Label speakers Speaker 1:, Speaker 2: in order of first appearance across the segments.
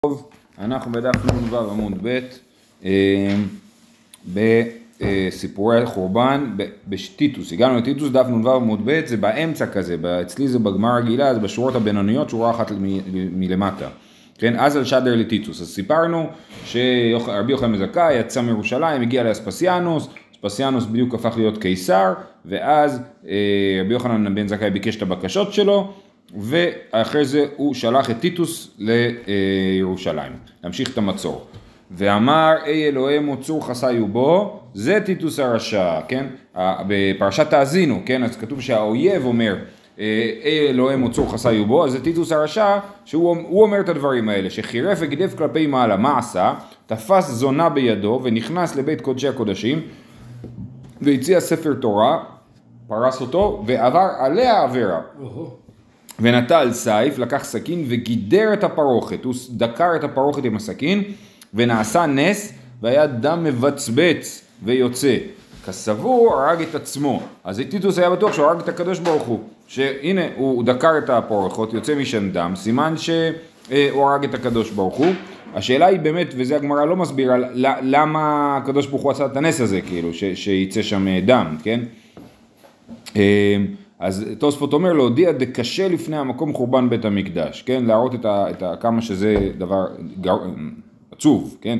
Speaker 1: טוב, אנחנו בדף נ"ו עמוד ב' בסיפורי חורבן בטיטוס. הגענו לטיטוס, דף נ"ו עמוד ב', זה באמצע כזה, אצלי זה בגמר רגילה, זה בשורות הבינוניות, שורה אחת מלמטה. כן, אז על שדר לטיטוס. אז סיפרנו שרבי יוחנן בן זכאי יצא מירושלים, הגיע לאספסיאנוס, אספסיאנוס בדיוק הפך להיות קיסר, ואז רבי יוחנן בן זכאי ביקש את הבקשות שלו, ואחרי זה הוא שלח את טיטוס לירושלים, להמשיך את המצור. ואמר, אי אלוהים צור חסיו בו, זה טיטוס הרשע, כן? בפרשת תאזינו, כן? אז כתוב שהאויב אומר, אי אלוהים צור חסיו בו, אז זה טיטוס הרשע, שהוא אומר את הדברים האלה, שחירף וגידף כלפי מעלה, מה עשה? תפס זונה בידו ונכנס לבית קודשי הקודשים, והציע ספר תורה, פרס אותו, ועבר עליה עבירה. ונטל סייף, לקח סכין וגידר את הפרוכת, הוא דקר את הפרוכת עם הסכין, ונעשה נס, והיה דם מבצבץ ויוצא. כסבור, הרג את עצמו. אז טיטוס היה בטוח שהוא הרג את הקדוש ברוך הוא, שהנה הוא דקר את הפרוכות, יוצא משם דם, סימן שהוא הרג את הקדוש ברוך הוא. השאלה היא באמת, וזה הגמרא לא מסבירה, למה הקדוש ברוך הוא עשה את הנס הזה, כאילו, שיצא שם דם, כן? אז תוספות אומר להודיע דקשה לפני המקום חורבן בית המקדש, כן? להראות כמה שזה דבר עצוב, כן?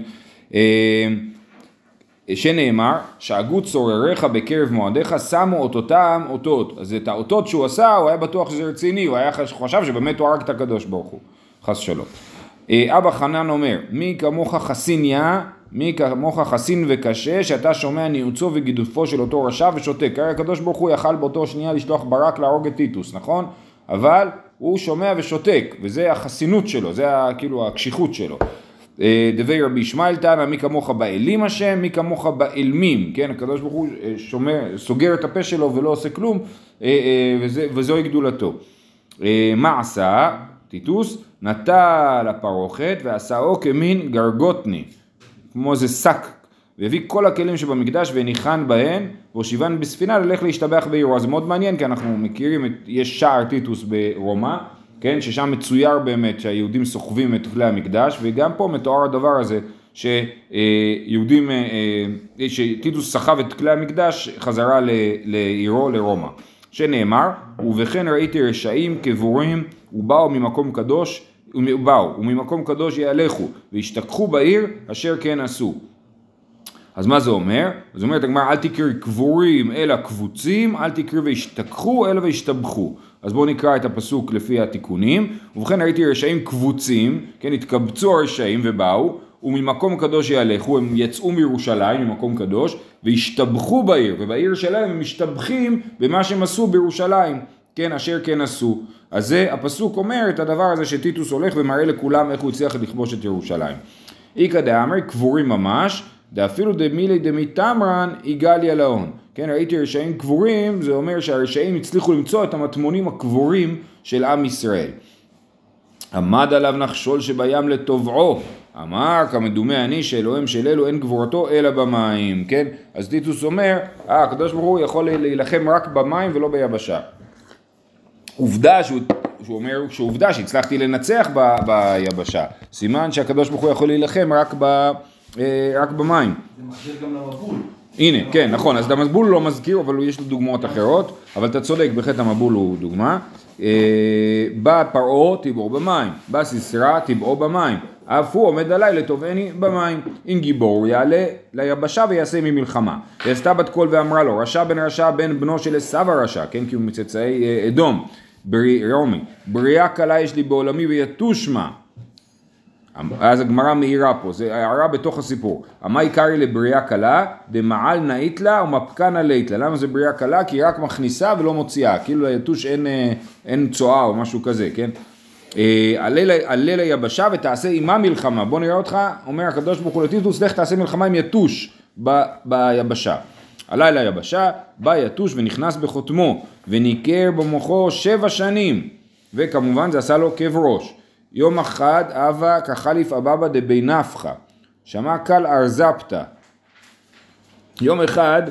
Speaker 1: שנאמר, שאגו צורריך בקרב מועדיך, שמו אותותם אותות. אז את האותות שהוא עשה, הוא היה בטוח שזה רציני, הוא היה חשב שבאמת הוא הרג את הקדוש ברוך הוא, חס שלום. אבא חנן אומר, מי כמוך חסיניה, מי כמוך חסין וקשה, שאתה שומע ניעוצו וגידופו של אותו רשע ושותק. הרי הקדוש ברוך הוא יכל באותו שנייה לשלוח ברק להרוג את טיטוס, נכון? אבל הוא שומע ושותק, וזה החסינות שלו, זה כאילו הקשיחות שלו. דבי רבי ישמעאל תנא, מי כמוך באלים השם, מי כמוך באלמים, כן? הקדוש ברוך הוא סוגר את הפה שלו ולא עושה כלום, וזוהי גדולתו. מה עשה? טיטוס נטל הפרוכת ועשאו כמין גרגוטני, כמו איזה שק, והביא כל הכלים שבמקדש והניחן בהן, והושיבן בספינה ללך להשתבח בעירו. אז מאוד מעניין, כי אנחנו מכירים, יש שער טיטוס ברומא, כן, ששם מצויר באמת שהיהודים סוחבים את כלי המקדש, וגם פה מתואר הדבר הזה, שטיטוס סחב את כלי המקדש חזרה לעירו לרומא. שנאמר, ובכן ראיתי רשעים כבורים, ובאו וממקום קדוש יהלכו, והשתכחו בעיר אשר כן עשו. אז מה זה אומר? זה אומר, הגמרא, אל תקראי קבורים אלא קבוצים, אל תקראי והשתכחו אלא והשתבחו. אז בואו נקרא את הפסוק לפי התיקונים. ובכן ראיתי רשעים קבוצים, כן, התקבצו הרשעים ובאו, וממקום קדוש יהלכו, הם יצאו מירושלים, ממקום קדוש, והשתבחו בעיר, ובעיר שלהם הם משתבחים במה שהם עשו בירושלים, כן, אשר כן עשו. אז זה, הפסוק אומר את הדבר הזה שטיטוס הולך ומראה לכולם איך הוא הצליח לכבוש את ירושלים. איקא דאמר, קבורים ממש, דאפילו דמילי דמיתמרן יגליה להון. כן, ראיתי רשעים קבורים, זה אומר שהרשעים הצליחו למצוא את המטמונים הקבורים של עם ישראל. עמד עליו נחשול שבים לטובעו, אמר כמדומה אני שאלוהים של אלו אין גבורתו אלא במים, כן? אז טיטוס אומר, הקדוש ברוך הוא יכול להילחם רק במים ולא ביבשה. עובדה שהוא אומר שעובדה שהצלחתי לנצח ביבשה, סימן שהקדוש ברוך הוא יכול להילחם רק במים.
Speaker 2: זה מחזיר גם למבול.
Speaker 1: הנה, כן, נכון, אז המבול לא מזכיר, אבל יש לו דוגמאות אחרות, אבל אתה צודק, בהחלט המבול הוא דוגמה. בא פרעה תבעו במים, בא סיסרא תבעו במים, אף הוא עומד עליי לטובעני במים. אם גיבור יעלה ליבשה ויעשה ממלחמה. ועשתה בת קול ואמרה לו, רשע בן רשע בן בנו של עשיו הרשע, כן, כי הוא מצאצאי אדום, רומי, בריאה קלה יש לי בעולמי ויתוש מה. אז הגמרא מאירה פה, זה הערה בתוך הסיפור. מה עיקרי לבריאה קלה? דמעל נאית לה ומפקנה לית לה. למה זה בריאה קלה? כי היא רק מכניסה ולא מוציאה, כאילו ליתוש אין צועה או משהו כזה, כן? עלה ליבשה ותעשה עימה מלחמה. בוא נראה אותך, אומר הקדוש ברוך הוא לטיטוס, לך תעשה מלחמה עם יתוש ביבשה. עלה ליבשה, בא יתוש ונכנס בחותמו, וניקר במוחו 7 שנים, וכמובן זה עשה לו כאב ראש. יום אחד אבא כחליף אבבה דבי נפחה, שמע קל ארזפתא. יום אחד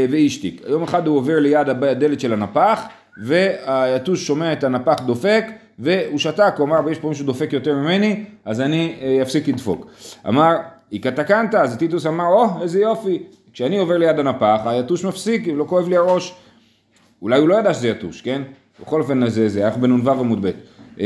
Speaker 1: ואישתיק. יום אחד הוא עובר ליד הדלת של הנפח, והיתוש שומע את הנפח דופק, והוא שתק, הוא אמר, יש פה מישהו דופק יותר ממני, אז אני אפסיק לדפוק. אמר, איקא תקנת, אז טיטוס אמר, איזה יופי, כשאני עובר ליד הנפח, היתוש מפסיק, לא כואב לי הראש. אולי הוא לא ידע שזה יתוש, כן? בכל אופן זה היה בנ"ו עמוד ב'.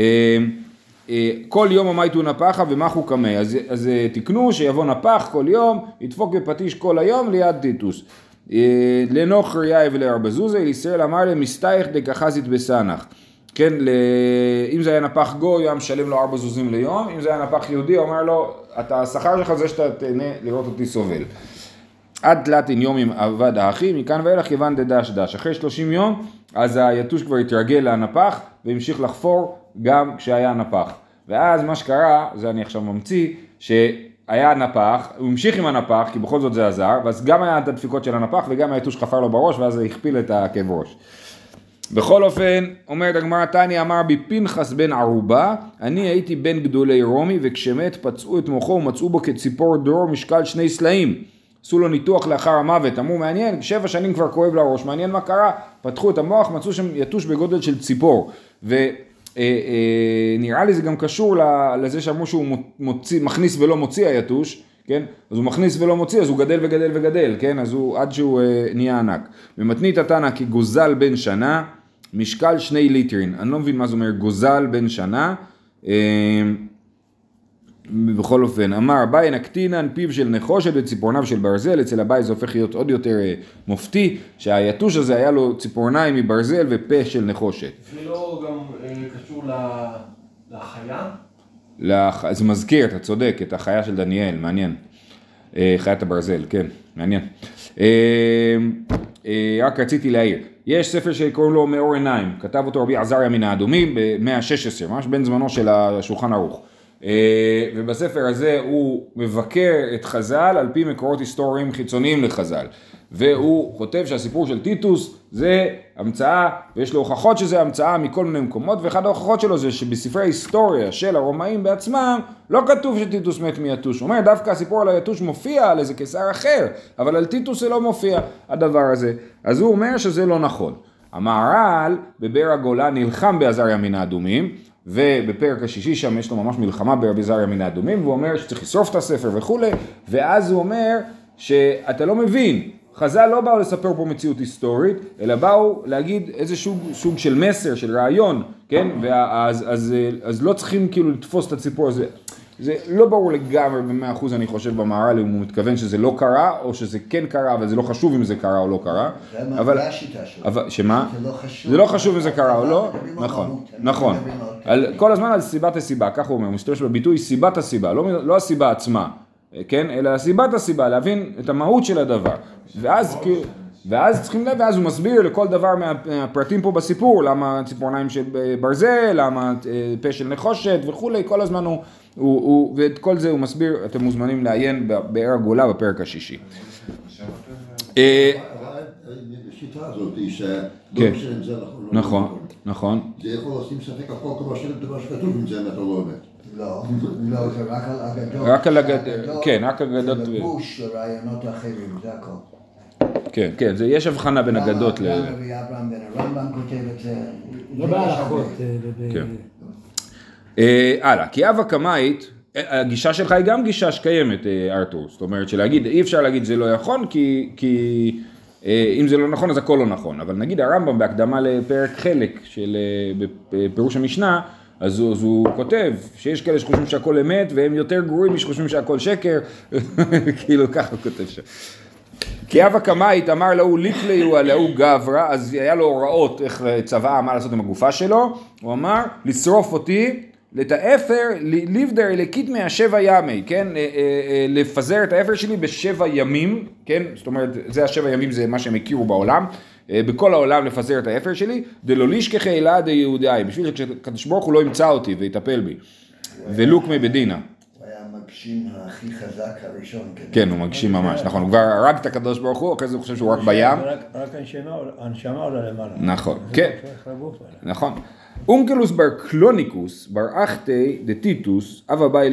Speaker 1: כל יום המייתו נפחה ומחו קמי, אז תקנו שיבוא נפח כל יום, ידפוק בפטיש כל היום ליד טיטוס. לנוכר יאי ולארבזוזה, לישראל אמר להם, מסתייך דקחזית בסנח. כן, אם זה היה נפח גוי, הוא היה משלם לו 4 זוזים ליום, אם זה היה נפח יהודי, הוא אומר לו, השכר שלך זה שאתה תהנה לראות אותי סובל. עד תלתין יומים עבד האחי, מכאן ואילך כיוון דדש דש. אחרי 30 יום, אז היתוש כבר התרגל לנפח, והמשיך לחפור גם כשהיה נפח. ואז מה שקרה, זה אני עכשיו ממציא, שהיה נפח, הוא המשיך עם הנפח, כי בכל זאת זה עזר, ואז גם היה את הדפיקות של הנפח, וגם היתוש חפר לו בראש, ואז זה הכפיל את הכאב ראש. בכל אופן, אומרת הגמרא תניא אמר בי פנחס בן ערובה, אני הייתי בן גדולי רומי, וכשמת פצעו את מוחו ומצאו בו כציפור דרור משקל 2 סלעים. עשו לו ניתוח לאחר המוות, אמרו מעניין, 7 שנים כבר כואב לראש, מעניין מה קרה, פתחו את המוח, מצאו שם יתוש בגודל של ציפור, ונראה לי זה גם קשור לזה שאמרו שהוא מכניס ולא מוציא היתוש, כן? אז הוא מכניס ולא מוציא, אז הוא גדל וגדל וגדל, כן? אז הוא עד שהוא נהיה ענק. ומתנית התנא כי גוזל בן שנה, משקל 2 ליטרין, אני לא מבין מה זה אומר גוזל בן שנה, בכל אופן, אמר ביי נקטינן פיו של נחושת וציפורניו של ברזל, אצל הבית זה הופך להיות עוד יותר מופתי, שהיתוש הזה היה לו ציפורניים מברזל ופה של נחושת.
Speaker 2: זה לא גם קשור לחיה?
Speaker 1: זה מזכיר, אתה צודק, את החיה של דניאל, מעניין. חיית הברזל, כן, מעניין. רק רציתי להעיר, יש ספר שקוראים לו מאור עיניים, כתב אותו רבי עזריה מן האדומים ב-116, ממש בין זמנו של השולחן ערוך. ובספר הזה הוא מבקר את חז"ל על פי מקורות היסטוריים חיצוניים לחז"ל, והוא כותב שהסיפור של טיטוס זה המצאה, ויש לו הוכחות שזה המצאה מכל מיני מקומות, ואחד ההוכחות שלו זה שבספרי ההיסטוריה של הרומאים בעצמם לא כתוב שטיטוס מת מיתוש. הוא אומר דווקא הסיפור על היתוש מופיע על איזה קיסר אחר, אבל על טיטוס זה לא מופיע הדבר הזה. אז הוא אומר שזה לא נכון. המהר"ל בבאר הגולה נלחם בעזריה מן האדומים, ובפרק השישי שם יש לו ממש מלחמה ברבי עזריה מן האדומים, והוא אומר שצריך לשרוף את הספר וכו', ואז הוא אומר שאתה לא מבין, חז"ל לא באו לספר פה מציאות היסטורית, אלא באו להגיד איזה סוג של מסר, של רעיון, כן? אז לא צריכים כאילו לתפוס את הציפור הזה. זה לא ברור לגמרי ב100% אני חושב במהר"ל אם הוא מתכוון שזה לא קרה או שזה כן קרה, אבל זה לא חשוב אם זה קרה או לא קרה.
Speaker 3: זה השיטה שלו.
Speaker 1: שמה? זה לא חשוב אם זה קרה או לא? נכון. כל הזמן על סיבת הסיבה, כך הוא אומר, הוא משתמש בביטוי סיבת הסיבה, לא הסיבה עצמה, כן? אלא סיבת הסיבה, להבין את המהות של הדבר. ואז צריכים לב, ואז הוא מסביר לכל דבר מהפרטים פה בסיפור, למה ציפורניים של ברזל, למה פה של נחושת וכולי, כל הזמן ואת כל זה הוא מסביר, אתם מוזמנים לעיין בבאר הגולה בפרק השישי.
Speaker 3: השיטה הזאת היא שלא משנה אם זה
Speaker 1: נכון.
Speaker 3: זה יכול לשים ספק על כל כמו דבר שכתוב אם זה אמת או לא אמת. לא, זה רק על אגדות.
Speaker 1: כן, רק אגדות.
Speaker 3: זה לבוש לרעיונות אחרים, זה הכל.
Speaker 1: כן, יש הבחנה בין אגדות ל...
Speaker 3: רבי אברהם בן הרמב"ם כותב את זה.
Speaker 2: לא בהלכות.
Speaker 1: כן. הלאה, כי אב הקמאית, הגישה שלך היא גם גישה שקיימת, ארתור. זאת אומרת שלהגיד, אי אפשר להגיד זה לא נכון, כי אם זה לא נכון אז הכל לא נכון. אבל נגיד הרמב"ם בהקדמה לפרק חלק של פירוש המשנה, אז הוא כותב שיש כאלה שחושבים שהכל אמת, והם יותר גרועים שחושבים שהכל שקר, כאילו ככה הוא כותב שם. כי אב הקמאית אמר לו ליפליו עליהו גברא, אז היה לו הוראות איך צבא מה לעשות עם הגופה שלו, הוא אמר לשרוף אותי, לתאפר, ליבדר לקית מה7 ימי, כן, לפזר את האפר שלי ב7 ימים, כן, זאת אומרת זה ה7 ימים זה מה שהם הכירו בעולם, בכל העולם לפזר את האפר שלי, דלא לישכח אלא דיהודאי, בשביל שקדוש ברוך הוא לא ימצא אותי ויטפל בי, ולוקמי בדינה.
Speaker 3: המגשים הכי חזק הראשון.
Speaker 1: כן, הוא מגשים ממש, נכון, הוא כבר הרג את הקדוש ברוך הוא, אחרי זה הוא חושב שהוא רק בים.
Speaker 2: רק הנשמה עולה למעלה.
Speaker 1: נכון, כן, נכון. אונקלוס בר קלוניקוס בר אחתי דטיטוס, אבא באי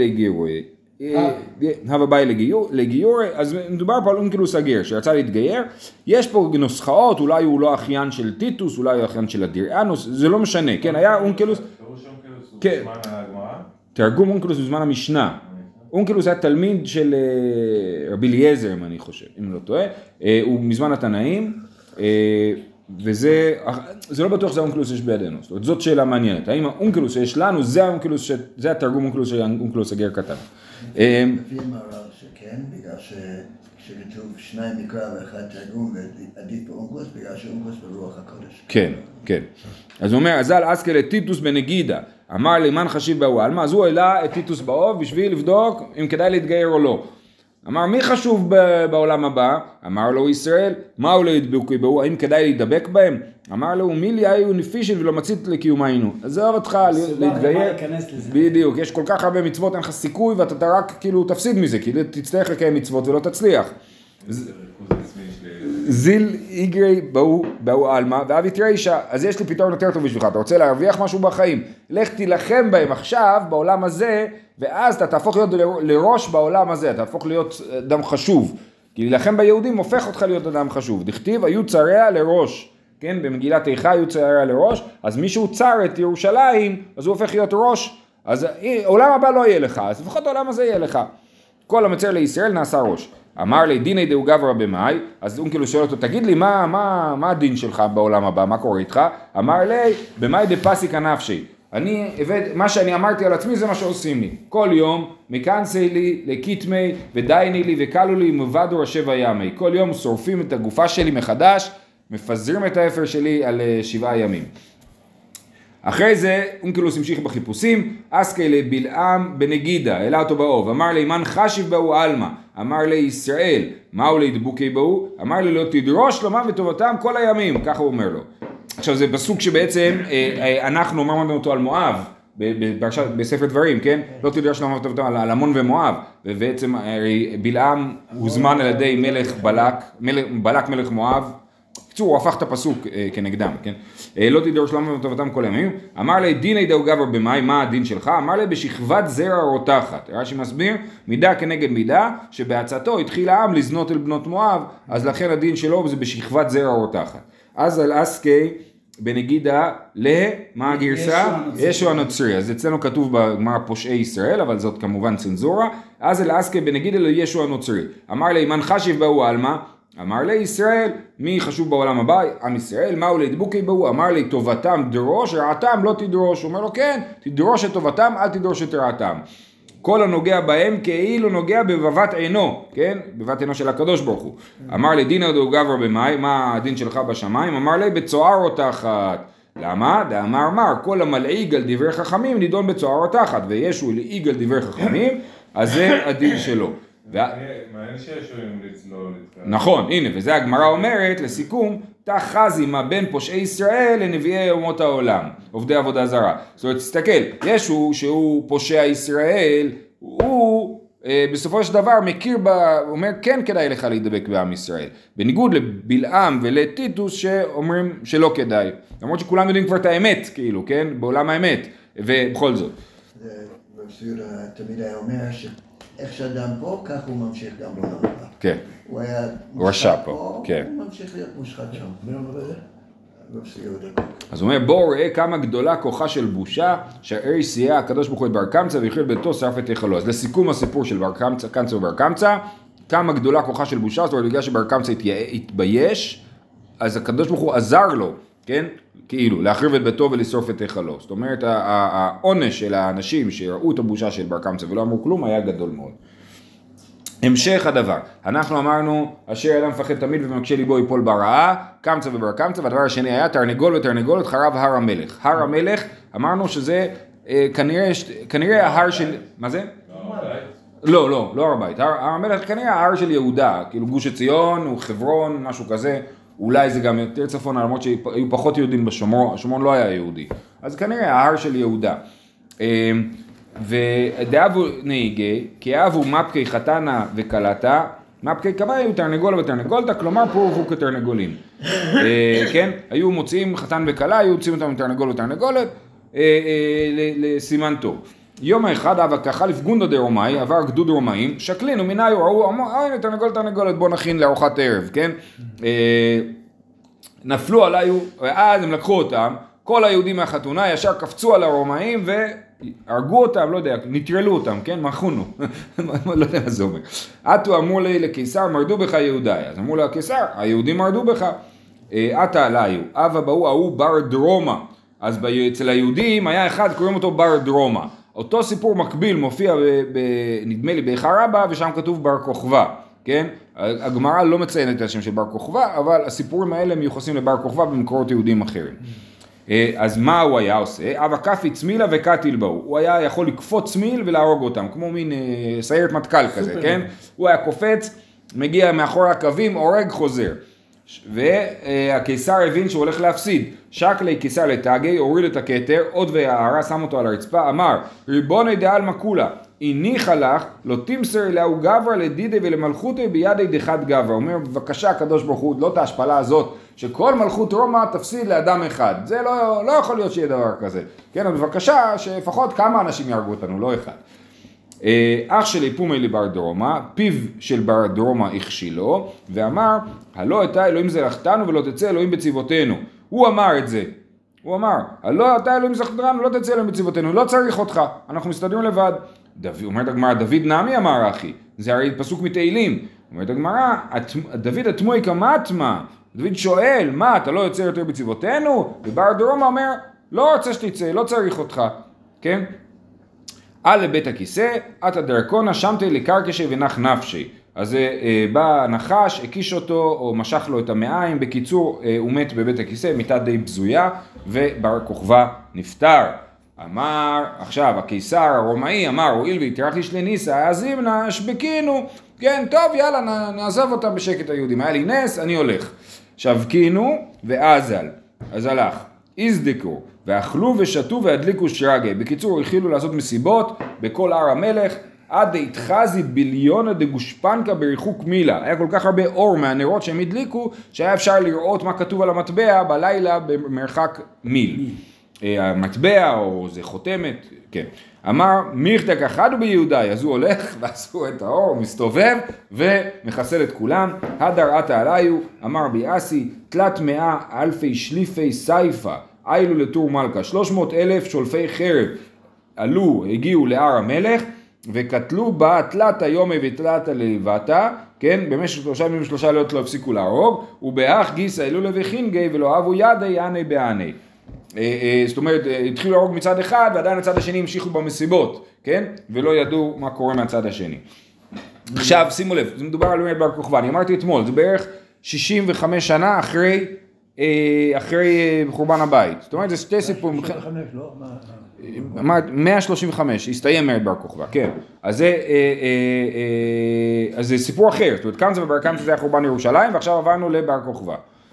Speaker 1: לגיור, אז מדובר פה על אונקלוס הגר שירצה להתגייר, יש פה נוסחאות, אולי הוא לא אחיין של טיטוס, אולי הוא אחיין של אדריאנוס, זה לא משנה, כן, היה אונקלוס, כן. תרגום אונקלוס בזמן המשנה. אונקלוס היה תלמיד של רבי אליעזר, אם אני חושב, אם לא טועה, הוא מזמן התנאים, וזה לא בטוח שזה האונקלוס שיש בידינו, זאת שאלה מעניינת, האם האונקלוס שיש לנו, זה התרגום אונקלוס של אונקלוס הגר קטן.
Speaker 3: לפי המהר"ל שכן, בגלל שכתוב שניים מקרא ואחד תרגום, ועדיף באונקלוס, בגלל שאונקלוס ברוח הקודש.
Speaker 1: כן, כן. אז הוא אומר, אזל אסקל את טיטוס בנגידה, אמר לי, מן חשיב באו אלמה, אז הוא העלה את טיטוס באוב בשביל לבדוק אם כדאי להתגייר או לא. אמר, מי חשוב בעולם הבא? אמר לו ישראל, מה הוא לא ידבקו בו? האם כדאי להידבק בהם? אמר לו, מי לי היו נפישת ולא מצית לקיומנו. אז זה אותך להתגייר. בדיוק, יש כל כך הרבה מצוות, אין לך סיכוי, ואתה רק כאילו תפסיד מזה, כי תצטרך לקיים מצוות ולא תצליח. זיל איגרי באו אלמה, ואבי תרישה, אז יש לי פתרון יותר טוב בשבילך, אתה רוצה להרוויח משהו בחיים, לך תילחם בהם עכשיו, בעולם הזה, ואז אתה תהפוך להיות לראש בעולם הזה, אתה תהפוך להיות אדם חשוב, כי להילחם ביהודים הופך אותך להיות אדם חשוב, דכתיב היו צריה לראש, כן, במגילת איכה היו צריה לראש, אז מישהו צר את ירושלים, אז הוא הופך להיות ראש, אז עולם הבא לא יהיה לך, אז לפחות העולם הזה יהיה לך, כל המצר לישראל נעשה ראש. אמר לי, דיני דאו גברא במאי, אז הוא כאילו שואל אותו, תגיד לי, מה הדין שלך בעולם הבא, מה קורה איתך? אמר לי, במאי דפסיקה נפשי. מה שאני אמרתי על עצמי זה מה שעושים לי. כל יום, מכנסי לי, לקיטמי, ודייני לי, וקלו לי, מבדו השבע ימי. כל יום שורפים את הגופה שלי מחדש, מפזרים את האפר שלי על 7 ימים. אחרי זה, אונקלוס המשיך בחיפושים, אסקי לבלעם בנגידה, העלה אותו באוב, אמר לי, מן חשיב באו אלמה, אמר לי ישראל, מהו להידבוקי באו? אמר לי, לא תדרוש שלומם וטובתם כל הימים, ככה הוא אומר לו. עכשיו זה בסוג שבעצם אנחנו אמרנו אותו על מואב, בספר דברים, כן? לא תדרוש שלומם וטובתם על עמון ומואב, ובעצם בלעם הוזמן על ידי בלק מלך מואב, הוא הפך את הפסוק כנגדם, כן? לא תדרוש שלומם וטובתם כל הימים. אמר לי, דיני דאו גברא במאי, מה הדין שלך? אמר לי, בשכבת זרע רותחת. רש"י מסביר, מידה כנגד מידה, שבעצתו התחיל העם לזנות אל בנות מואב, אז לכן הדין שלו זה בשכבת זרע רותחת. אז על אסקי בנגידה למה הגרסה? ישו הנוצרי. אז אצלנו כתוב בגמרא פושעי ישראל, אבל זאת כמובן צנזורה. אז על אסקי בנגידה לישו הנוצרי. אמר לי, מן חשיב באו אלמה, אמר לי ישראל, מי חשוב בעולם הבא? עם ישראל, מהו להידבוקי בו? אמר לי, טובתם דרוש, רעתם לא תדרוש. הוא אומר לו, כן, תדרוש את טובתם, אל תדרוש את רעתם. כל הנוגע בהם כאילו נוגע בבבת עינו, כן? בבת עינו של הקדוש ברוך הוא. אמר לי, דינא דאו גברא במאי, מה הדין שלך בשמיים? אמר לי, בצוער רותחת. למה? דאמר מר, כל המלעיג על דברי חכמים נידון בצוער רותחת, וישו לעיג על דברי חכמים, אז זה הדין שלו.
Speaker 4: מעניין שיש לו המליץ לא להתקרב.
Speaker 1: נכון, הנה, וזה הגמרא אומרת, לסיכום, תחזי מה בין פושעי ישראל לנביאי אומות העולם, עובדי עבודה זרה. זאת אומרת, תסתכל, ישו שהוא פושע ישראל, הוא בסופו של דבר מכיר, אומר, כן כדאי לך להידבק בעם ישראל. בניגוד לבלעם ולטיטוס שאומרים שלא כדאי. למרות שכולם יודעים כבר את האמת, כאילו, כן? בעולם האמת, ובכל זאת.
Speaker 3: זה תמיד היה אומר איך שאדם פה, כך הוא ממשיך גם בעולם הבא.
Speaker 1: כן.
Speaker 3: הוא היה
Speaker 1: רשע
Speaker 3: מושחת
Speaker 1: פה,
Speaker 3: פה,
Speaker 1: כן.
Speaker 3: הוא ממשיך להיות מושחת שם.
Speaker 1: אז הוא אומר, בואו ראה כמה גדולה כוחה של בושה, שהארי סייע הקדוש ברוך הוא את בר קמצא והכיל ביתו שרף את היכלו. אז לסיכום הסיפור של בר קמצא ובר קמצא, כמה גדולה כוחה של בושה, זאת אומרת, בגלל שבר קמצא התבייש, אז הקדוש ברוך הוא עזר לו, כן? כאילו, להחריב את ביתו ולשרוף את היכלו. זאת אומרת, העונש של האנשים שראו את הבושה של בר קמצא ולא אמרו כלום, היה גדול מאוד. המשך הדבר, אנחנו אמרנו, אשר אדם מפחד תמיד ומקשה ליבו יפול ברעה, קמצא ובר קמצא, והדבר השני היה תרנגול ותרנגולת חרב הר המלך. הר המלך, אמרנו שזה כנראה ההר של, מה זה? לא הר הבית, הר המלך כנראה ההר של יהודה, כאילו גוש עציון, הוא חברון, משהו כזה, אולי זה גם יותר צפון, למרות שהיו פחות יהודים בשומרון, השומרון לא היה יהודי, אז כנראה ההר של יהודה. ודאבו נהיגי, כי אהבו מפקי חתנה וקלטה, מפקי כמה היו תרנגולה ותרנגולתה, כלומר פה הובאו כתרנגולים. כן? היו מוצאים חתן וקלה, היו מוצאים אותם תרנגול ותרנגולת, לסימן טוב. יום האחד אבא ככה לפגונדה דרומאי, עבר גדוד רומאים, שקלינו מנהיו, ראו, הנה תרנגולת, בוא נכין לארוחת ערב, כן? נפלו עליו, ואז הם לקחו אותם, כל היהודים מהחתונה ישר קפצו על הרומאים הרגו אותם, לא יודע, נטרלו אותם, כן? מחונו, לא יודע מה זה אומר. עטו אמרו לי לקיסר, מרדו בך יהודי. אז אמרו לקיסר, היהודים מרדו בך. עטה עליו, אבא באו ההוא בר דרומה. אז אצל היהודים היה אחד, קוראים אותו בר דרומה. אותו סיפור מקביל מופיע נדמה לי באיכה רבה, ושם כתוב בר כוכבא, כן? הגמרא לא מציינת את השם של בר כוכבא, אבל הסיפורים האלה מיוחסים לבר כוכבא במקורות יהודים אחרים. אז מה הוא היה עושה? אבא קפי צמילה וקטיל באו. הוא היה יכול לקפוץ צמיל ולהרוג אותם, כמו מין סיירת מטכ"ל כזה, כן? הוא היה קופץ, מגיע מאחורי הקווים, הורג, חוזר. והקיסר הבין שהוא הולך להפסיד. שקלי קיסר לתגי, הוריד את הכתר, עוד והערה, שם אותו על הרצפה, אמר, ריבוני דעל מקולה, הניחה לך, לא תמסר אלהו גברא לדידי ולמלכותי בידי דחת גברא. אומר, בבקשה הקדוש ברוך הוא, לא את ההשפלה הזאת, שכל מלכות רומא תפסיד לאדם אחד. זה לא יכול להיות שיהיה דבר כזה. כן, אבל בבקשה שלפחות כמה אנשים יהרגו אותנו, לא אחד. אח שלי פומי לבר דרומה, פיו של בר דרומה הכשילו, ואמר, הלא אתה אלוהים זרחתנו ולא תצא אלוהים בצבאותינו. הוא אמר את זה. הוא אמר, הלא אתה אלוהים זרחתנו ולא תצא אלוהים בצבאותינו, לא צריך אותך, אנחנו מסתדרים לבד. אומרת הגמרא, דוד נעמי אמר אחי, זה הרי פסוק מתהילים. אומרת הגמרא, דוד התמוי כמטמה, דוד שואל, מה אתה לא יוצא יותר בצבאותינו? ובר דרומה אומר, לא רוצה שתצא, לא צריך אותך, כן? על לבית הכיסא, עתה דרקונה שמתי לקרקשי ונח נפשי. אז בא נחש, הקיש אותו או משך לו את המעיים, בקיצור הוא מת בבית הכיסא, מיטה די בזויה, ובר כוכבא נפטר. אמר, עכשיו הקיסר הרומאי אמר, הואיל והתארך איש לניסה, אז אם נשבקינו, כן טוב יאללה נעזוב אותם בשקט היהודים, היה לי נס, אני הולך. שבקינו ואזל, אז הלך, הזדקו. ואכלו ושתו והדליקו שרגי. בקיצור, החילו לעשות מסיבות בכל הר המלך, עד התחזי ביליונה דגושפנקה בריחוק מילה. היה כל כך הרבה אור מהנרות שהם הדליקו, שהיה אפשר לראות מה כתוב על המטבע בלילה במרחק מיל. המטבע או זה חותמת, כן. אמר, מיכתק אחד ביהודי, אז הוא הולך ועשו את האור, מסתובב ומחסל את כולם. הדר עטה עליו, אמר ביאסי, תלת 100 אלפי שליפי סייפה. איילו לטור מלכה, 300,000 שולפי חרב עלו, הגיעו להר המלך וקטלו בה תלת היומי ותלת הלבטה, כן, במשך 3 ימים 3 לילות לא הפסיקו להרוג, ובאח גיסא אלו לבחינגי ולא אהבו ידי יעני בעני. זאת אומרת, התחילו להרוג מצד אחד ועדיין הצד השני המשיכו במסיבות, כן, ולא ידעו מה קורה מהצד השני. עכשיו שימו לב, זה מדובר על בר כוכבא, אני אמרתי אתמול, זה בערך 65 שנה אחרי חורבן הבית. זאת אומרת, זה שתי סיפורים.
Speaker 2: 65, לא?
Speaker 1: אמרת, 135, הסתיים מרד בר כוכבא, כן. אז זה סיפור אחר. זאת אומרת, כאן זה בבר קמצא זה היה חורבן ירושלים, ועכשיו עברנו לבר כוכבא.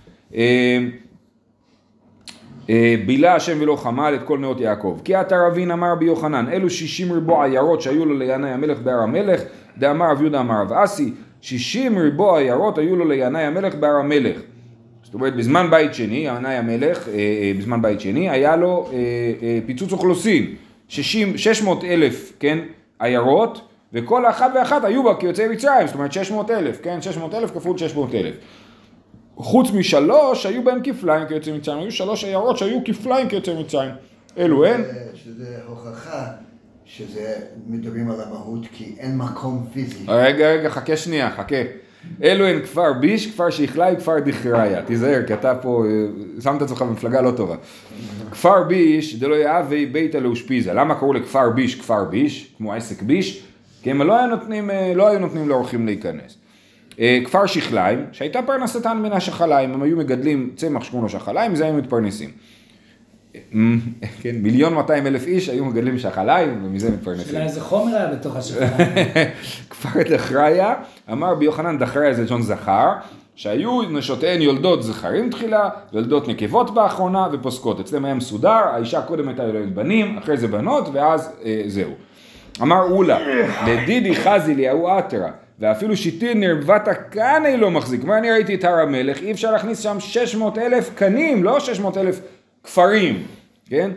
Speaker 1: בילה השם ולא חמל את כל נאות יעקב. כי אתה רבין אמר ביוחנן, אלו 60 ריבוע עיירות שהיו לו לינאי המלך בהר המלך, דאמר רב יהודה אמר רב אסי, 60 ריבוע עיירות היו לו לינאי המלך בהר המלך. זאת אומרת, בזמן בית שני, ינאי המלך, בזמן בית שני, היה לו פיצוץ אוכלוסין, 600,000, כן, עיירות, וכל אחת ואחת היו בה כיוצאי מצרים, זאת אומרת 600,000, כן, 600,000 כפול 600,000. חוץ משלוש, היו בהם כפליים כיוצאי מצרים, היו 3 עיירות שהיו כפליים כיוצאי מצרים. אלו הן?
Speaker 3: שזה הוכחה שזה מדברים על המהות, כי אין מקום פיזי.
Speaker 1: רגע, חכה שנייה, חכה. אלו הן כפר ביש, כפר שיחלי, כפר דחריה. תיזהר, כי אתה פה שמת עצמך במפלגה לא טובה. כפר ביש, דלא יאהבי ביתה לאושפיזה. למה קראו לכפר ביש כפר ביש, כמו עסק ביש? כי הם לא היו נותנים לאורחים להיכנס. כפר שיחליים, שהייתה פרנסתן מן השחליים, הם היו מגדלים צמח שקוראים לו שחליים, זה היו מתפרנסים. כן, 1,200,000 איש היו מגדלים שחליים, ומזה מתפרנסים.
Speaker 5: שאלה איזה חומר היה בתוך השחליים.
Speaker 1: כפר דחריה, אמר ביוחנן דחריה זה ג'ון זכר, שהיו נשותיהן יולדות זכרים תחילה, יולדות נקבות באחרונה ופוסקות. אצלם היה מסודר, האישה קודם הייתה יולדת בנים, אחרי זה בנות, ואז זהו. אמר אולה, לדידי חזי לי, ההוא עטרה. ואפילו שיטין נרבתה כאן היא לא מחזיק. מה אני ראיתי את הר המלך, אי אפשר להכניס שם 600,000 קנים, לא 600,000 כפרים, כן?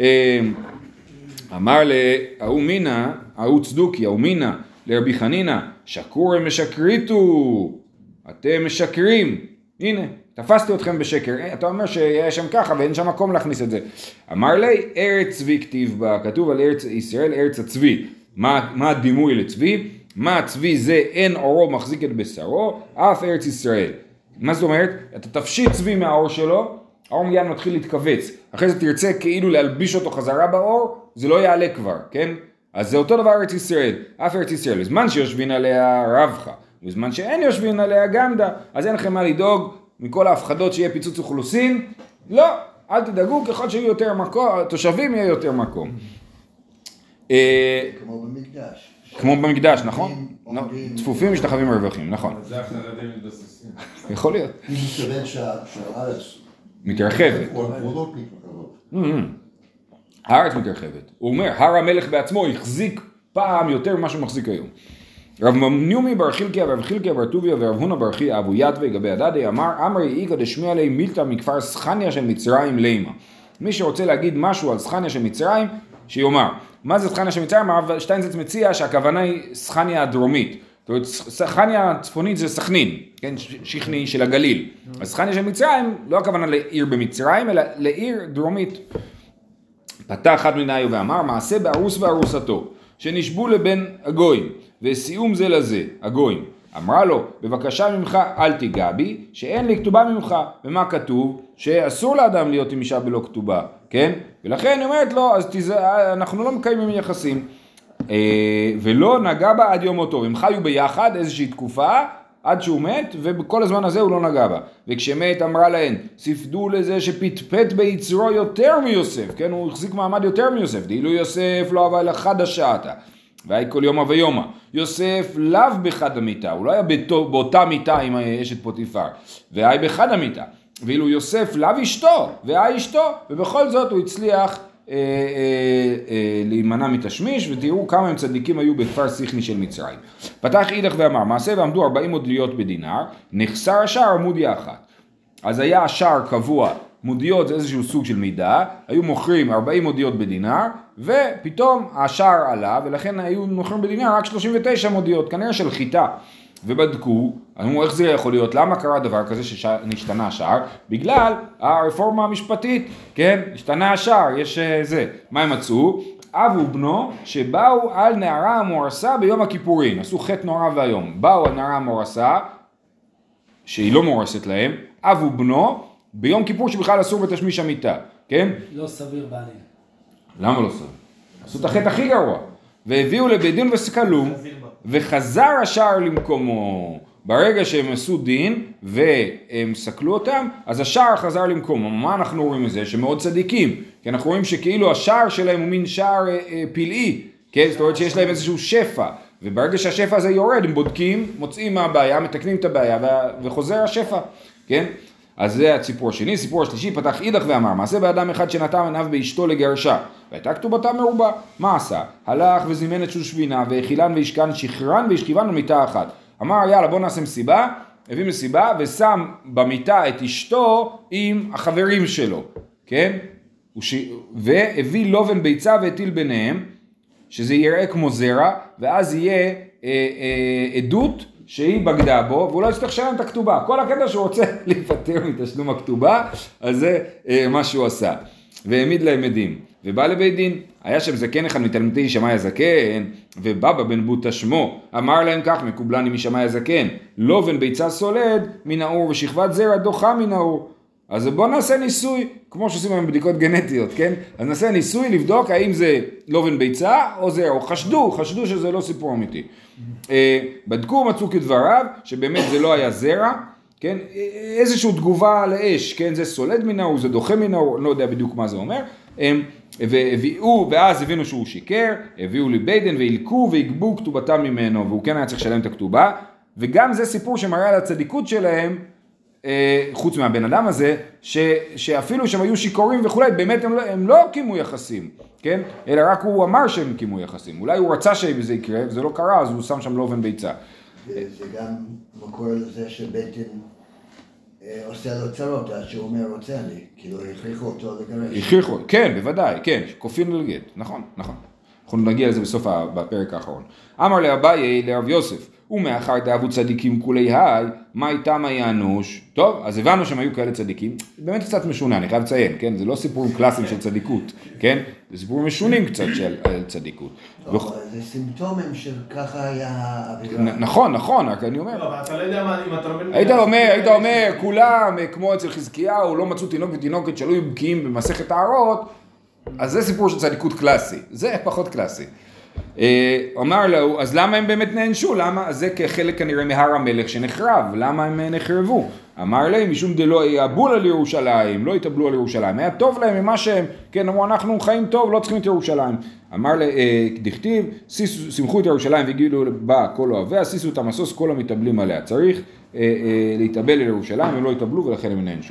Speaker 1: אמר להוא מינה, ההוא צדוקי, ההוא מינה, לרבי חנינה, שקור הם משקריתו, אתם משקרים. הנה, תפסתי אתכם בשקר, אתה אומר שיש שם ככה ואין שם מקום להכניס את זה. אמר לי, ארץ צבי כתיב בה, כתוב על ארץ ישראל, ארץ הצבי. מה הדימוי לצבי? מה הצבי זה אין אורו מחזיק את בשרו, אף ארץ ישראל. מה זאת אומרת? אתה תפשיט צבי מהאור שלו, האור מיד מתחיל להתכווץ. אחרי זה תרצה כאילו להלביש אותו חזרה באור, זה לא יעלה כבר, כן? אז זה אותו דבר ארץ ישראל, אף ארץ ישראל. בזמן שיושבין עליה רבחה, בזמן שאין יושבין עליה גמדה, אז אין לכם מה לדאוג מכל ההפחדות שיהיה פיצוץ אוכלוסין. לא, אל תדאגו, ככל שיהיו יותר מקום, תושבים יהיה יותר מקום.
Speaker 3: כמו במקדש.
Speaker 1: כמו במקדש, נכון? צפופים משתחווים רווחים, נכון.
Speaker 4: זה החרדים מתבססים.
Speaker 1: יכול להיות.
Speaker 5: אם מתכוון שהארץ
Speaker 1: מתרחבת.
Speaker 5: גבולות מתרחבות.
Speaker 1: הארץ מתרחבת. הוא אומר, הר המלך בעצמו החזיק פעם יותר ממה שהוא מחזיק היום. רב ניומי בר חילקיה ורב חילקיה בר טוביה ורב הונא בר חייא אבו יתווה גבי הדדי אמרי איכא דשמיע ליה מילתא מכפר סחניה של מצרים לימה. מי שרוצה להגיד משהו על סחניה של מצרים, שיאמר. מה זה סחניה של מצרים? הרב שטיינזלץ מציע שהכוונה היא סחניה הדרומית. זאת אומרת, סחניה הצפונית זה סכנין, כן? שכני של הגליל. אז סחניה של מצרים, לא הכוונה לעיר במצרים, אלא לעיר דרומית. פתח אחד מנהיו ואמר, מעשה בארוס וארוסתו, שנשבו לבין הגויים, וסיום זה לזה, הגויים. אמרה לו, בבקשה ממך אל תיגע בי, שאין לי כתובה ממך. ומה כתוב? שאסור לאדם להיות עם אישה בלא כתובה, כן? ולכן היא אומרת לו, אז אנחנו לא מקיימים יחסים. ולא נגע בה עד יום מותו. הם חיו ביחד איזושהי תקופה, עד שהוא מת, ובכל הזמן הזה הוא לא נגע בה. וכשמת אמרה להן, ספדו לזה שפטפט ביצרו יותר מיוסף, כן? הוא החזיק מעמד יותר מיוסף. דאילו יוסף לא אבל אחד השעתה. והי כל יומה ויומה. יוסף לאו בחד המיטה, הוא לא היה באותה מיטה עם אשת פוטיפר. והי בחד המיטה. ואילו יוסף לאו אשתו, והי אשתו, ובכל זאת הוא הצליח להימנע מתשמיש, ותראו כמה הם צדיקים היו בכפר סיחני של מצרים. פתח אידך ואמר, מעשה ועמדו 40 מודליות בדינר, נחסר השער מודיה אחת. אז היה השער קבוע, מודיות זה איזשהו סוג של מידע, היו מוכרים 40 מודיות בדינר, ופתאום השער עלה, ולכן היו מוכרים בדינר רק 39 מודיות, כנראה של חיטה. ובדקו, אמרו איך זה יכול להיות, למה קרה דבר כזה שנשתנה השער? בגלל הרפורמה המשפטית, כן? השתנה השער, יש זה. מה הם מצאו? אב ובנו שבאו על נערה המורסה ביום הכיפורים, עשו חטא נורא והיום. באו על נערה המורסה, שהיא לא מורסת להם, אב ובנו ביום כיפור שבכלל אסור בתשמיש המיטה, כן?
Speaker 6: לא סביר בעליל.
Speaker 1: למה לא סביר? עשו את החטא הכי גרוע. והביאו לבית דין וסקלום, וחזר השער למקומו. ברגע שהם עשו דין והם סקלו אותם, אז השער חזר למקומו. מה אנחנו רואים מזה? שמאוד צדיקים. כי אנחנו רואים שכאילו השער שלהם הוא מין שער פלאי. כן? זאת אומרת שיש להם איזשהו שפע. וברגע שהשפע הזה יורד, הם בודקים, מוצאים מה הבעיה, מתקנים את הבעיה וחוזר השפע. כן? אז זה הסיפור השני. סיפור השלישי פתח אידך ואמר, מעשה באדם אחד שנטע עיניו באשתו לגרשה, והייתה כתובתה מרובה. מה עשה? הלך וזימן את שושבינה, והאכילן והשכן, שחררן והשכיבן במיטה אחת. אמר יאללה בוא נעשה מסיבה, הביא מסיבה ושם במיטה את אשתו עם החברים שלו, כן? והביא לובן ביצה והטיל ביניהם, שזה יראה כמו זרע, ואז יהיה עדות שהיא בגדה בו, והוא לא יצטרך לשלם את הכתובה. כל הקטע שהוא רוצה להיפטר מתשלום הכתובה, אז זה מה שהוא עשה. והעמיד להם עדים. ובא לבית דין, היה שם זקן אחד מתלמידי שמאי הזקן, ובבא בן בוטה שמו, אמר להם כך, מקובלני משמאי הזקן, לובן ביצה סולד מן האור, ושכבת זרע דוחה מן האור. אז בואו נעשה ניסוי, כמו שעושים עם בדיקות גנטיות, כן? אז נעשה ניסוי לבדוק האם זה לובן ביצה או זרע, או חשדו שזה לא סיפור אמיתי. בדקו מצאו כדבריו, שבאמת זה לא היה זרע, כן? איזושהי תגובה לאש, כן? זה סולד מן האור, זה דוחה מן האור, לא יודע בדיוק מה זה אומר. ואז הבינו שהוא שיקר, הביאו לבית דין והילקו והגבו כתובתם ממנו, והוא כן היה צריך לשלם את הכתובה, וגם זה סיפור שמראה על הצדיקות שלהם, חוץ מהבן אדם הזה, שאפילו שהם היו שיכורים וכולי, באמת הם לא קימו יחסים, כן? אלא רק הוא אמר שהם קימו יחסים. אולי הוא רצה שזה יקרה, וזה לא קרה, אז הוא שם שם לובן ביצה.
Speaker 3: זה גם מקור לזה שבית דין עושה לו צרות, אז שהוא אומר רוצה לי, כאילו הכריחו אותו לגרש.
Speaker 1: הכריחו, כן, בוודאי, כן, כופין לגט, נכון. אנחנו נגיע לזה בסוף בפרק האחרון. אמר לאביי לרב יוסף, ומאחר דאבו צדיקים כולי היי, מה איתם היענוש? טוב, אז הבנו שהם היו כאלה צדיקים, באמת קצת משונה, אני חייב לציין, כן? זה לא סיפורים קלאסיים של צדיקות, כן? זה סיפורים משונים קצת של צדיקות.
Speaker 3: זה סימפטומים של ככה היה האווירה.
Speaker 1: נכון, רק אני אומר.
Speaker 2: אבל אתה לא יודע מה, אם אתה לומד...
Speaker 1: היית אומר, כולם, כמו אצל חזקיהו, לא מצאו תינוק ותינוקת שלא היו בקיאים במסכת הערות, אז זה סיפור של צדיקות קלאסי, זה פחות קלאסי. אמר לו, אז למה הם באמת נענשו? למה? זה כחלק כנראה מהר המלך שנחרב, למה הם נחרבו? אמר להם, משום דלא יאבו על ירושלים, לא יתאבלו על ירושלים, היה טוב להם ממה שהם, כן, אמרו, אנחנו חיים טוב, לא צריכים את ירושלים. אמר דכתיב, שמחו את ירושלים והגידו בה כל אוהביה, סיסו את המסוס כל המתאבלים עליה, צריך להתאבל על ירושלים, הם לא יתאבלו ולכן הם נענשו.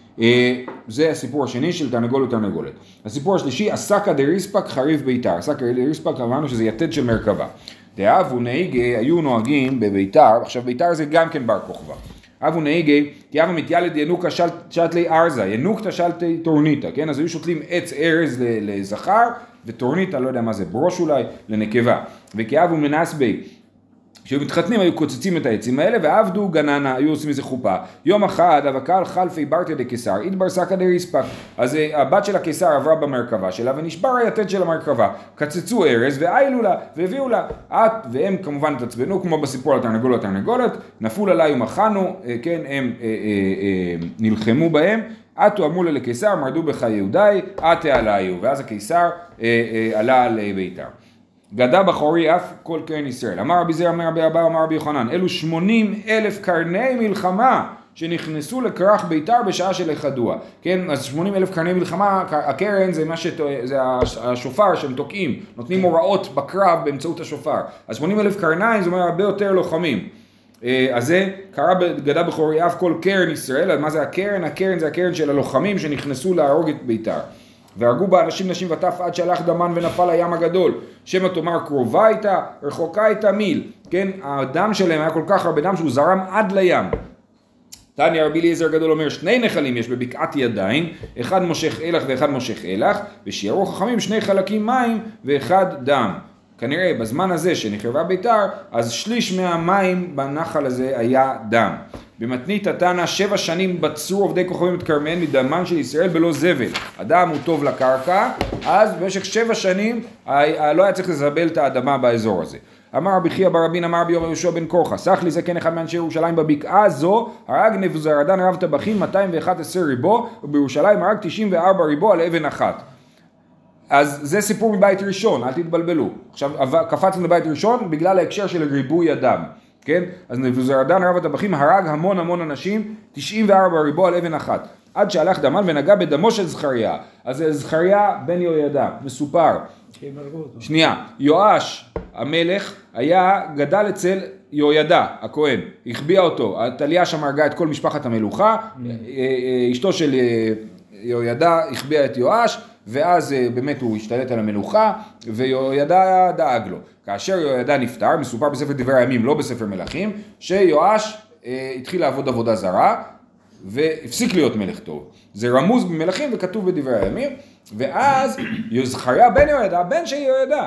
Speaker 1: זה הסיפור השני של תרנגול ותרנגולת. הסיפור השלישי, הסקה דריספק חריף ביתר. הסקה דריספק אמרנו שזה יתד של מרכבה. דאבו נהיגי היו נוהגים בביתר, עכשיו ביתר זה גם כן בר כוכבא. אבו נהיגי, כי אבו מתיילד ינוקה שתלי ארזה, ינוקתא שלטי טורניתא, כן? אז היו שותלים עץ ארז לזכר, וטורניתא, לא יודע מה זה, ברוש אולי, לנקבה. וכי אבו מנסבי, כשהיו מתחתנים היו קוצצים את העצים האלה ועבדו גננה, היו עושים איזה חופה. יום אחד אבקל חלפי ברטה דקיסר, אידבר סקה דריספק. אז הבת של הקיסר עברה במרכבה שלה ונשבר היתד של המרכבה. קצצו ארז ואיילו לה והביאו לה. והם כמובן התעצבנו כמו בסיפור על תרנגולת, נפול עליי ומחנו, כן, הם נלחמו בהם. עטו אמרו לה לקיסר, מרדו בך יהודי, עטה עליו. ואז הקיסר עלה על ביתר. גדה בחורי אף כל קרן ישראל. אמר רבי זרע, אמר רבי אבא, אמר רבי יוחנן, אלו 80,000 קרני מלחמה שנכנסו לכרך ביתר בשעה של החדוע. כן, אז 80,000 קרני מלחמה, הקרן זה זה השופר שהם תוקעים, נותנים הוראות בקרב באמצעות השופר. אז 80,000 קרניים זה אומר הרבה יותר לוחמים. אז זה קרה בגדה בחורי אף כל קרן ישראל. אז מה זה הקרן? הקרן זה הקרן של הלוחמים שנכנסו להרוג את ביתר. והרגו בה אנשים נשים וטף עד שהלך דמן ונפל הים הגדול. שמא תאמר קרובה איתה, רחוקה איתה מיל. כן, הדם שלהם היה כל כך הרבה דם שהוא זרם עד לים. תניא רבי אליעזר גדול אומר, שני נחלים יש בבקעת ידיים, אחד מושך אלך ואחד מושך אלך, ושיערו חכמים שני חלקים מים ואחד דם. כנראה בזמן הזה שנחרבה ביתר, אז שליש מהמים בנחל הזה היה דם. במתנית התנא 7 שנים בצרו עובדי כוכבים את כרמיאל מדמן של ישראל בלא זבל. הדם הוא טוב לקרקע, אז במשך 7 שנים לא היה צריך לזבל את האדמה באזור הזה. אמר רבי חייא בר רבין, אמר רבי יהושע בן קורחה, סח לי זקן אחד מאנשי ירושלים בבקעה זו, הרג נבוזראדן רב טבחים 211 ריבו, ובירושלים הרג 94 ריבו על אבן אחת. אז זה סיפור מבית ראשון, אל תתבלבלו. עכשיו קפצנו לבית ראשון בגלל ההקשר של ריבוי הדם. כן? אז נבוזראדן רב הטבחים הרג המון אנשים, 94 ריבו על אבן אחת. עד שהלך דמן ונגע בדמו של זכריה. אז זכריה בן יהוידע, מסופר. שנייה, יואש המלך גדל אצל יהוידע, הכהן. החביע אותו, טליה שם הרגה את כל משפחת המלוכה, אשתו של יהוידע החביע את יואש, ואז באמת הוא השתלט על המלוכה, ויהוידע דאג לו. כאשר יהוידע נפטר, מסופר בספר דברי הימים, לא בספר מלכים, שיואש התחיל לעבוד עבודה זרה, והפסיק להיות מלך טוב. זה רמוז במלכים וכתוב בדברי הימים, ואז זכריה בן יהוידע, בן של יהוידע,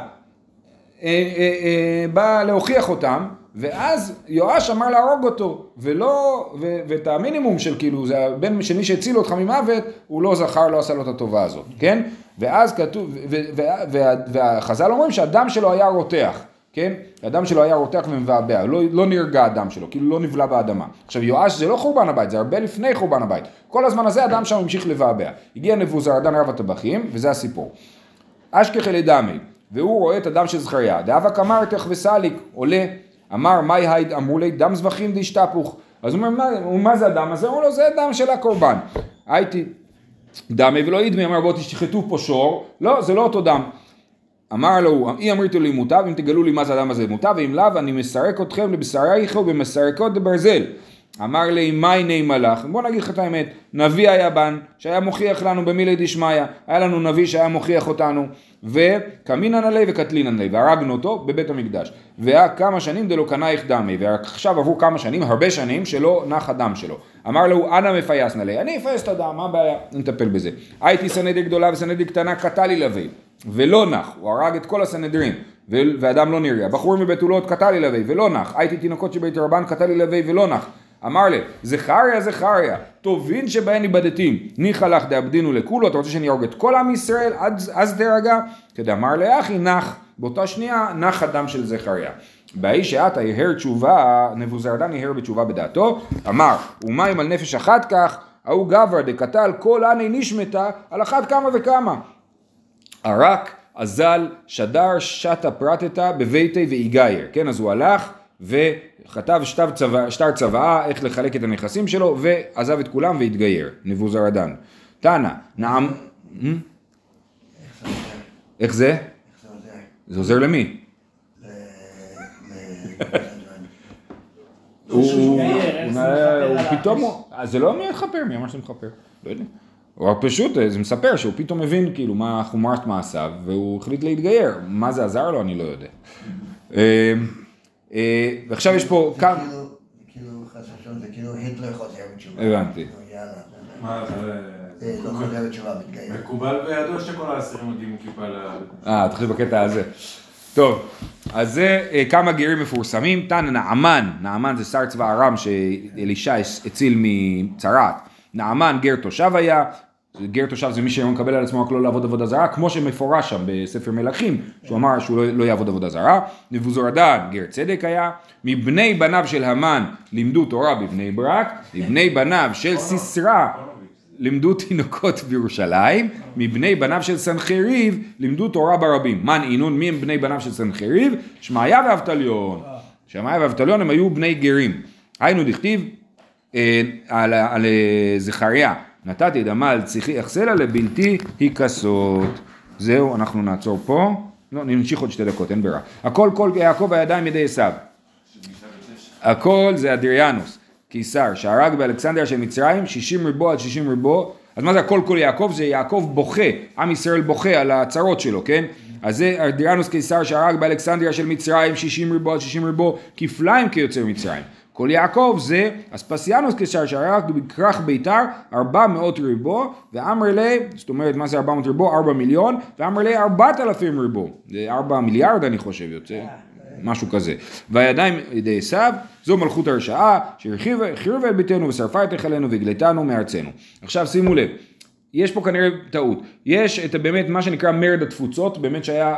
Speaker 1: בא להוכיח אותם, ואז יואש אמר להרוג אותו, ואת המינימום של כאילו, זה הבן של מי שהציל אותך ממוות, הוא לא זכר, לא עשה לו את הטובה הזאת, כן? ואז כתוב, והחז"ל אומרים שהדם שלו היה רותח, כן? הדם שלו היה רותח ומבעבע, לא נרגע הדם שלו, כאילו לא נבלע באדמה. עכשיו יואש זה לא חורבן הבית, זה הרבה לפני חורבן הבית. כל הזמן הזה הדם שם המשיך לבעבע. הגיע נבוזראדן רב הטבחים, וזה הסיפור. אשכח אלי דמי, והוא רואה את הדם של זכריה, דאבק אמר תחבסליק, עולה, אמר מי הייד אמרו לי דם זבחים דשתפוך. אז הוא אומר, מה זה הדם הזה? הוא אומר לו, זה הדם של הקורבן. הייתי דמי ולא ידמי, אמר בוא תשחטו פה שור, לא, זה לא אותו דם. אמר לו, אי אמריתו לי מוטב, אם תגלו לי מה זה הדם הזה מוטב, ואם לאו אני מסרק אתכם לבשרייך ובמסרקות דברזל. אמר לי, מי נעימה לך? בוא נגיד לך את האמת, נביא היה בן, שהיה מוכיח לנו במילי דשמיא, היה לנו נביא שהיה מוכיח אותנו, וקמינן עלי וקטלינן עלי, והרגנו אותו בבית המקדש. וכמה שנים דלו קנייך דמי, ועכשיו עברו כמה שנים, הרבה שנים, שלא נח הדם שלו. אמר לו, אנא מפייסן עלי, אני אפייס את הדם, מה הבעיה? נטפל בזה. הייתי סנהדרין גדולה וסנהדרין קטנה, קטע לי לוי, ולא נח, הוא הרג את כל הסנהדרין. ואדם לא נראה. בחור מבתולות קטע לי לוי ולא נח. הייתי תינוקות שבית רבן קטע לי לוי ולא נח. אמר לי, זכריה, תובין שבהן איבדתים, ניחא לך דאבדינו לכולו, אתה רוצה שאני ארוג את כל עם ישראל, אז תרגע, כדאמר לאחי נח, באותה שנייה נח הדם של זכריה. באיש שעתה יהר תשובה, נבוזרדן יהר בתשובה בדעתו, אמר, ומים על נפש אחת כך, ההוא גבר דקטל כל עני נשמתה, על אחת כמה וכמה. ערק, אזל, שדר, שתה פרטתה, בביתי ואיגייר, כן, אז הוא הלך, וכתב שטר צוואה איך לחלק את הנכסים שלו ועזב את כולם והתגייר, נבוזרדן. תנא, נעם... איך זה? זה עוזר למי? הוא פתאום... זה לא מי מכפר, מי אמר שזה מכפר? לא יודע. הוא פשוט, זה מספר שהוא פתאום מבין כאילו מה חומרת מעשיו והוא החליט להתגייר. מה זה עזר לו? אני לא יודע. ועכשיו יש פה כמה...
Speaker 3: כאילו חסשון זה כאילו היטלר חוזר בתשובה.
Speaker 1: הבנתי.
Speaker 4: מה
Speaker 3: זה לא חוזר בתשובה, מתגייר.
Speaker 4: מקובל בידו שכל האסירים מגיעים כיפה ל...
Speaker 1: תתחיל בקטע הזה. טוב, אז זה כמה גרים מפורסמים. תנא נעמן זה שר צבא ארם שאלישע הציל מצרעת. נעמן גר תושב היה. גר תושב זה מי שהיום מקבל על עצמו רק לא לעבוד עבודה זרה, כמו שמפורש שם בספר מלכים, שהוא אמר שהוא לא יעבוד עבודה זרה. נבוזרדן גר צדק היה. מבני בניו של המן לימדו תורה בבני ברק, מבני בניו של סיסרא לימדו תינוקות בירושלים, מבני בניו של סנחריב לימדו תורה ברבים. מן אינון, מי הם בני בניו של סנחריב? שמעיה ואבטליון. שמעיה ואבטליון הם היו בני גרים. היינו דכתיב על זכריה. נתתי דמה על צריכי אכסלה לבלתי היכסות. זהו, אנחנו נעצור פה. לא, נמשיך עוד 2 דקות, אין ברירה. הכל כל יעקב הידיים ידי עשיו. הכל זה אדריאנוס, קיסר, שהרג באלכסנדריה של מצרים, 60 ריבו עד 60 ריבו. אז מה זה הכל כל יעקב? זה יעקב בוכה, עם ישראל בוכה על הצרות שלו, כן? אז זה אדריאנוס קיסר שהרג באלכסנדריה של מצרים, 60 ריבו עד 60 ריבו, כפליים כיוצר מצרים. כל יעקב זה אספסיאנוס קיסר שהרג בכרך ביתר 400 ריבו, ואמר לי, זאת אומרת מה זה 400 ריבו? 4 מיליון, ואמר לי 4,000 ריבו, זה 4 מיליארד אני חושב יוצא, משהו כזה. והידיים ידי עשיו, זו מלכות הרשעה, שהחריבה את ביתנו ושרפה את היכלנו והגלתנו מארצנו. עכשיו שימו לב, יש פה כנראה טעות, יש את באמת מה שנקרא מרד התפוצות, באמת שהיה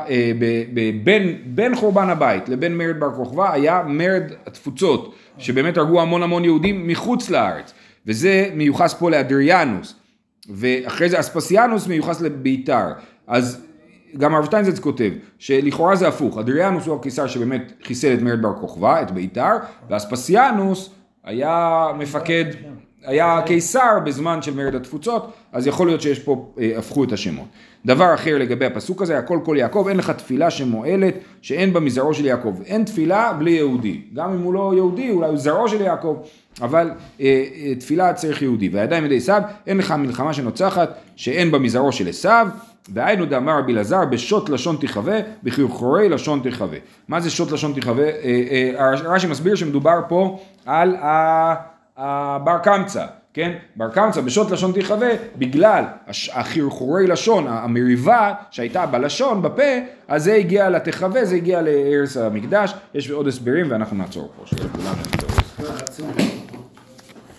Speaker 1: בין חורבן הבית לבין מרד בר כוכבא, היה מרד התפוצות, שבאמת הרגו המון יהודים מחוץ לארץ, וזה מיוחס פה לאדריאנוס, ואחרי זה אספסיאנוס מיוחס לביתר. אז גם הרב שטיינזלץ כותב שלכאורה זה הפוך, אדריאנוס הוא הקיסר שבאמת חיסל את מרד בר כוכבא, את ביתר, ואספסיאנוס היה מפקד, היה קיסר בזמן של מרד התפוצות, אז יכול להיות שיש פה, הפכו את השמות. דבר אחר לגבי הפסוק הזה, הכל כל יעקב, אין לך תפילה שמועלת, שאין בה מזרעו של יעקב. אין תפילה בלי יהודי. גם אם הוא לא יהודי, אולי הוא זרעו של יעקב, אבל תפילה צריך יהודי. והידיים ידי עשיו, אין לך מלחמה שנוצחת, שאין בה מזרעו של עשיו, והיינו דאמר רבי אלעזר, בשוט לשון תחווה, בחרחורי לשון תחווה. מה זה שוט לשון תחווה? רש"י מסביר שמדובר פה על בר קמצא. כן? בר קמצא בשוט לשון תחווה, בגלל החרחורי לשון, המריבה שהייתה בלשון, בפה, אז זה הגיע לתחווה, זה הגיע להרס המקדש. יש עוד הסברים ואנחנו נעצור פה.